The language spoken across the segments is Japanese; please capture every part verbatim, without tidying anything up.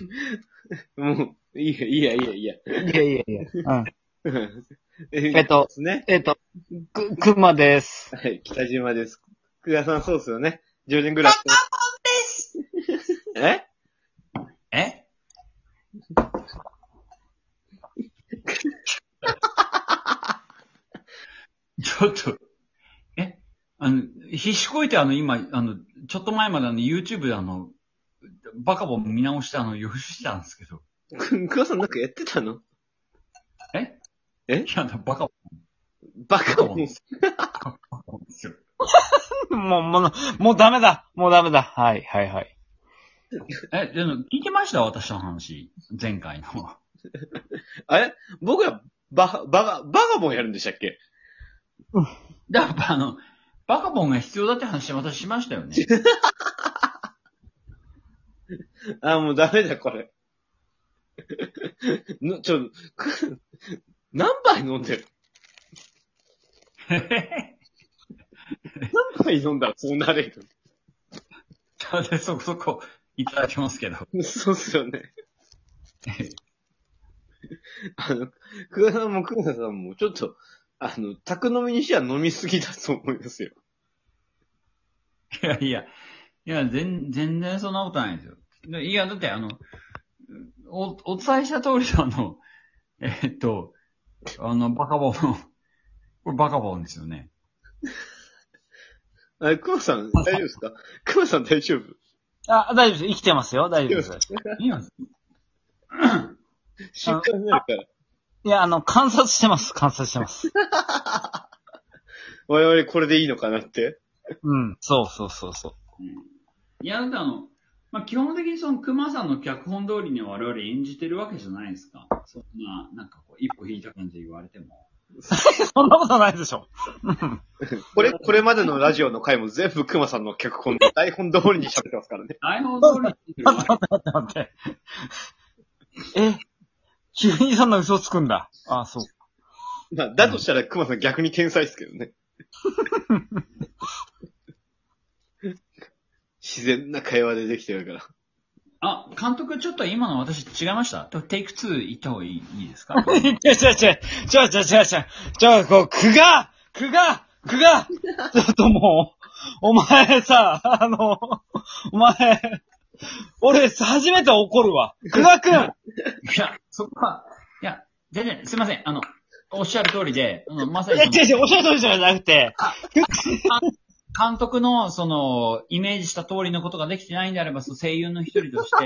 もう、いいや、いいや、いいや、いいや。 いやいやいや。うん。 ええっと、 ね。 えっと、く、くまです。 はい、北島です。福田さん、そうですよね。じゅうねんぐらい。ええちょっと、えあの、必死こいてあの、今、あの、ちょっと前まであの、YouTube であの、バカボン見直してあの、予習してたんですけど。 福田さんなんかやってたのええいや、あのバカボバカボン。 ン。バカボンですよ。 もう、もう、もうダメだ。もうダメだ。はい、はい、はい。 え、でも、聞いてました私の話。前回の。 あれ僕ら、バカ、バカ、バカボンやるんでしたっけで、やっぱあの、バカボンが必要だって話私しましたよね。 あ、もうダメだ、これ。のちょ、く何杯飲んでる何杯飲んだらそうなれるで、そこそこいただきますけど。 そうっすよね。あの、久田さんも久田さんも、ちょっと、あの、宅飲みにしては飲みすぎだと思いますよ。 いやいや、いや、全全然そんなことないですよ。でいや、だってあの、お、お伝えした通りのあの、えーっと、あの、バカボン、これバカボンですよね。 あれ、熊さん、大丈夫ですか熊さん大丈夫あ、大丈夫です。生きてますよ。大丈夫です。 いや、 疾患になるから。 いや、あの、観察してます。観察してます。 我々これでいいのかなって。 うん。そうそうそうそう。 いや、だってあの、まあ、基本的にその熊さんの脚本通りに我々演じてるわけじゃないですか。そんな、なんかこう、一歩引いた感じで言われても。 そんなことないでしょ。 これ、これまでのラジオの回も全部熊さんの脚本で台本通りに喋ってますからね。 台本通りに言ってるわ待って待って待って。え、急にそんな嘘つくんだ。あ、そう。 まあ、だとしたら熊さん逆に天才ですけどね。自然な会話でできてるから。 あ、監督ちょっと今の私違いましたテイクツー行った方がいいいいですか違う違う違う。違う違う違う違う。ちょ、こう、くがくがくがちょっともう、お前さ、あの、お前、俺、初めて怒るわ。くがくんいや、そこは、いや、全然、すいません。あの、おっしゃる通りで、あの、まさいや、 にその。 違う違う、おっしゃる通りじゃなくて、 監督の、その、イメージした通りのことができてないんであれば、その声優の一人として、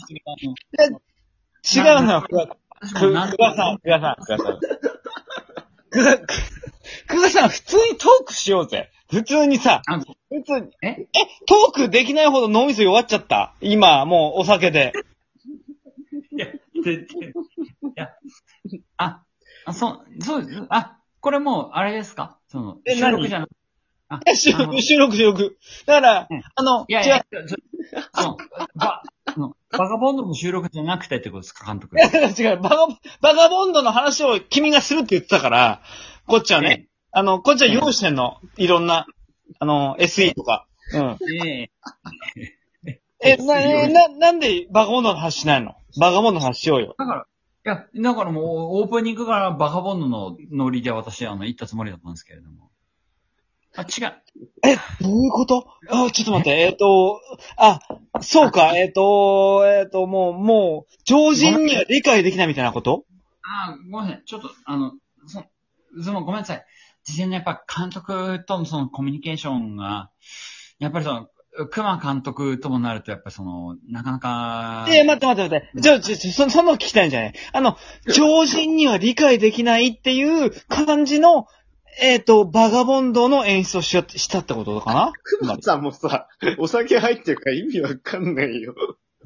違うのよ、くが、く、くがさん、くがさん、くがさん。くが、く、くがさん、普通にトークしようぜ。普通にさ、 あ普通に、 ええ、トークできないほど脳みそ弱っちゃった。今、もうお酒で。 いや、全然、いや、あ、あ、そう、そうです。あ、これもう、あれですかその、 え収録じゃなくて。あ、 え、収録、収録、収録。だから、 うんあの、 いやいや違う、 ちょその、ば、あの、バカボンドの収録じゃなくてってことですか、監督。 いや違う、バガ、バガボンドの話を君がするって言ってたから、こっちはね、 えあの、こっちは用意してんの。いろんな、あの、エスイー とか。うん。 えええ、な、えな、なんでバガボンドの話しないの？バガボンドの話しようよ。 だから、いや、だからもう、オープニングからバカボンドのノリで私、あの、行ったつもりだったんですけれども。あ、違う。 え、どういうことあ、ちょっと待って、えっ、と、あ、そうか、えっ、と、えっ、と、もう、もう、常人には理解できないみたいなこと？ あ、ごめんなさい。ちょっと、あの、そその、ごめんなさい。事前にやっぱ監督とのそのコミュニケーションが、やっぱりその、熊監督ともなると、やっぱりその、なかなか。 え、待って待って待って。ちょ、ちょ、ちょ、そ、その聞きたいんじゃないあの、常人には理解できないっていう感じの、えっ、と、バガボンドの演出をしよしたってことかな熊さんもさ、お酒入ってるから意味わかんないよ。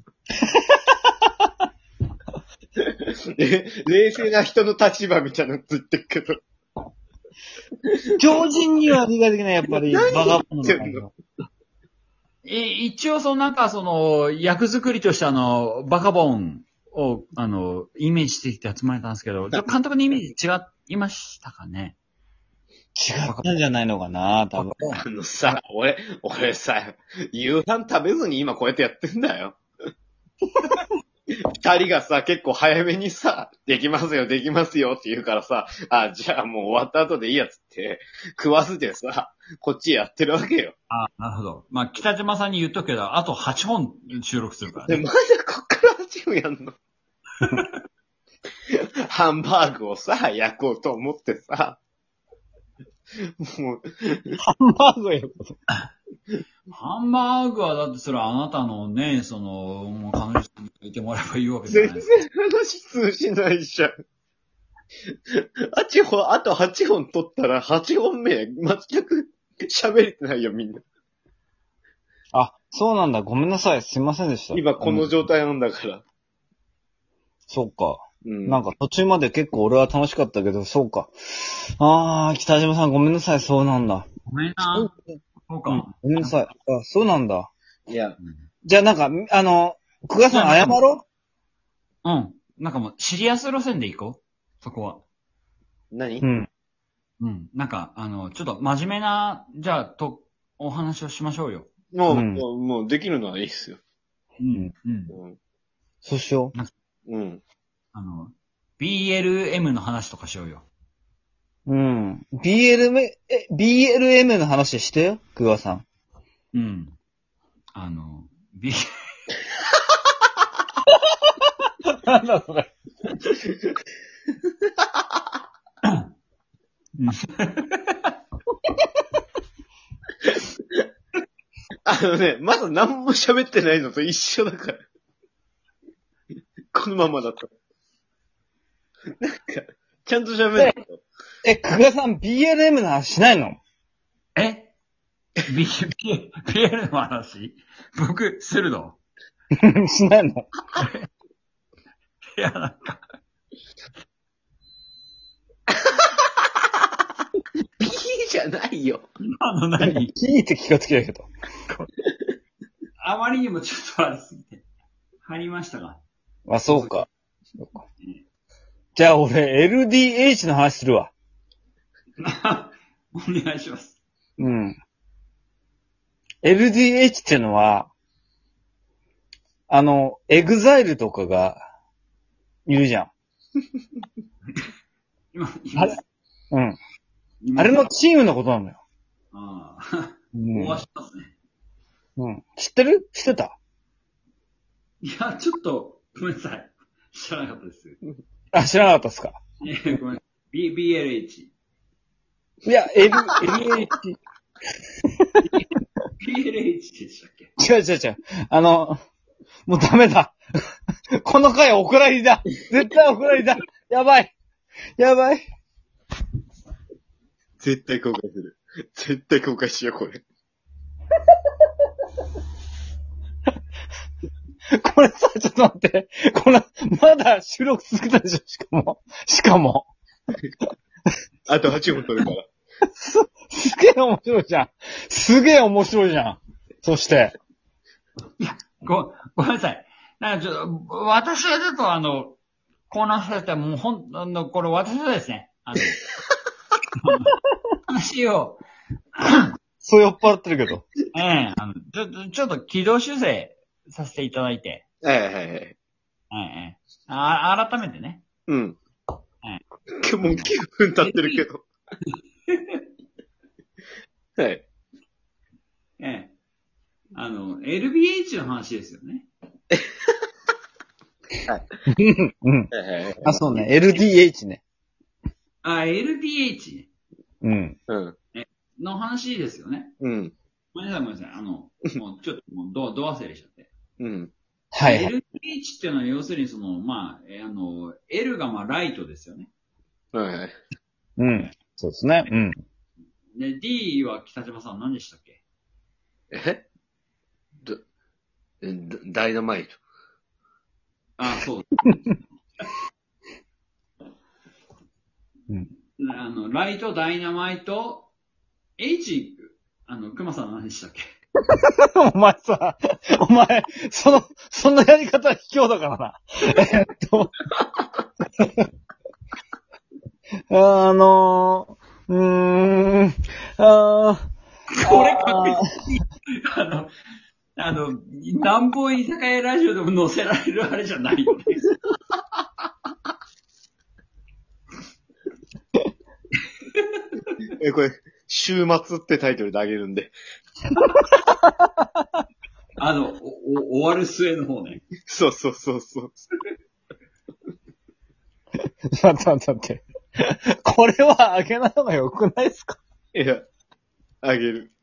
え冷静な人の立場みたいなのついてるけど。 常人には理解できない、やっぱり、バガボンドの感じの。 え、一応そのなんかその、役作りとしてあの、バカボンを、あの、イメージしてきて集まれたんですけど、ちょ監督のイメージ違いましたかね違ったんじゃないのかな多分。 あのさ、俺、俺さ、夕飯食べずに今こうやってやってんだよ。 二人がさ、結構早めにさ、できますよ、できますよって言うからさ、あ、じゃあもう終わった後でいいやつって、食わずでさ、こっちやってるわけよ。 あ、なるほど。まあ、北島さんに言っとくけど、あとはちほん収録するからで、 ね。 まだこっからはちふんやんの。ハンバーグをさ、焼こうと思ってさ、もう、 ハンバーグやこと。 ハンバーグはだってそれあなたのね、その、もう彼女さんに言ってもらえばいいわけじゃない全ですか。 然話通じないじゃん。あちほん、あとはちほん取ったらはちほんめ、全く喋れてないよ、みんな。 あ、そうなんだ。ごめんなさい。すいませんでした。 今この状態なんだから。 そうか。 うん。 なんか途中まで結構俺は楽しかったけど、そうか。あー、北島さんごめんなさい。そうなんだ。 ごめんな。そううんか。 ごめんなさい。あ、そうなんだ。 いや、 じゃあなんか、あの、久我さん謝ろうん。なんかもう、シリアス路線で行こう。そこは。 何う。うん。 うん。なんか、あの、ちょっと真面目な、じゃあ、と、お話をしましょうよ。 もう、 うんもう、もうできるのはいいっすよ。 うん。うん。 うん。 そうしようん。 あの、ビーエルエム の話とかしようよ。 う。うん。ビーエルエム、え、ビーエルエム の話してよ、久我さん。 うん。あの、B、 なんだそれ。 あのね、まだ何も喋ってないのと一緒だから。このままだと。なんか、ちゃんと喋ると。 え、久我さん ビーエルエム の話しないのえ ?B、B、ビーエル の話僕、するのしないのいや、なんか、 ピーじゃないよ。 今の何聞いて気がつけたけど。 あまりにもちょっとありすぎて。入りましたが。 あ、そうか。そうかじゃあ俺 エルディーエイチ の話するわ。 お願いします。 うん。エルディーエイチ ってのは、あの、エグザイルとかが、いるじゃん。 今、今あれうん。 今あれのチームのことなのよ。 ああ、 うんおわしますね。 うん。知ってる知ってたいや、ちょっと、ごめんなさい。知らなかったです。 あ、知らなかったっすかえーごめん。B、ビーエルエイチ。 いや、L、エルエイチ。 ビーエルエイチ でしたっけ違う違う違う。あの、もうダメだ。この回お蔵入りだ。絶対お蔵入りだ。やばい。やばい。 絶対後悔する。絶対後悔しよう、これ。 これさ、ちょっと待って。この、まだ収録続けたでしょしかも。しかも。 あとはちほん取るから。 す、すげえ面白いじゃん。すげえ面白いじゃん。そして。 ご、ごめんなさい。なんかちょっと、私はちょっとあの、コーナーされたらもうほん、あの、これ私はですね、あの、話を、 そう酔っ払ってるけど。 ええあの、ちょっと、ちょっと軌道修正させていただいて、 はいはいはい。 ええええあ、改めてね。 うん。 はい今日もうきゅうふん経ってるけど。はい。 ええあの、エルビーエイチ の話ですよね。 うん。 はいはい。 あ、そうね。エルディーエイチ ね。 あ、エルディーエイチうん。 うん。 の話ですよね。 うん。 ごめんなさい、ごめんなさい。あの、もうちょっと、もうド、ド忘れしちゃって。 うん。 はいはい。 エルディーエイチ っていうのは要するにその、まあ、えーあの、L がまあライトですよね。 はいはい。 うん。そうですね。うん。 で、D は北島さん何でしたっけえだ、えだダイナマイト。 あ、そう。 うん。 あの、ライト、ダイナマイト、H、あの、熊さん何でしたっけお前さ、お前、その、そんなやり方は卑怯だからな。えっと、あのー、うーん、あー、 これ確実に、あの、 あの、南方居酒屋ラジオでも載せられるあれじゃないよね。 え、これ、週末ってタイトルであげるんで。 あの、お、お終わる末の方ね。 そうそうそうそう。 待って待って待って。これはあげない方が良くないですか？ いや、あげる。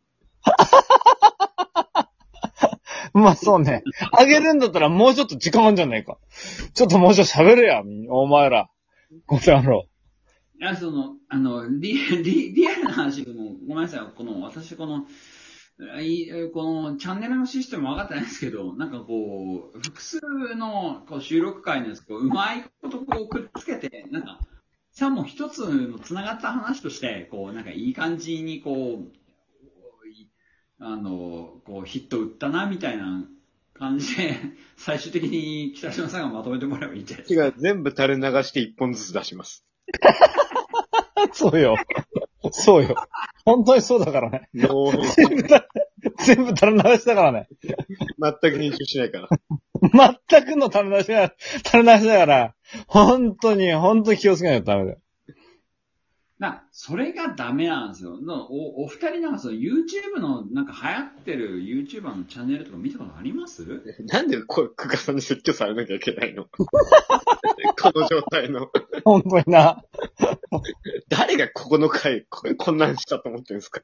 まあそうね。あげるんだったらもうちょっと時間あるんじゃないか。ちょっともうちょっと喋れや、お前ら。この野郎。 いや、その、あの、リ、リ、リアルな話でも、ごめんなさい、この、私この、いこのチャンネルのシステム分かってないんですけど、なんかこう、複数のこう収録回のやつこう、うまいことこうくっつけて、なんか、さも一つの繋がった話として、こう、なんかいい感じにこう、あの、こう、ヒット打ったな、みたいな感じで、最終的に北島さんがまとめてもらえばいいんじゃないですか。 違う、全部垂れ流して一本ずつ出します。 そうよ。そうよ。本当にそうだからね。 ノー編全部た、全部垂れ流しだからね。 全く編集しないから。 全くの垂れ流しが、垂れ流しだから、本当に、本当に気をつけないとダメだよ。 な、それがダメなんですよ。のお、お二人なんかその YouTube のなんか流行ってる YouTuber のチャンネルとか見たことあります？ なんでこう、久我さんに説教されなきゃいけないのこの状態の。 本当にな。 誰がここの回、ここんなんしたと思ってるんですか？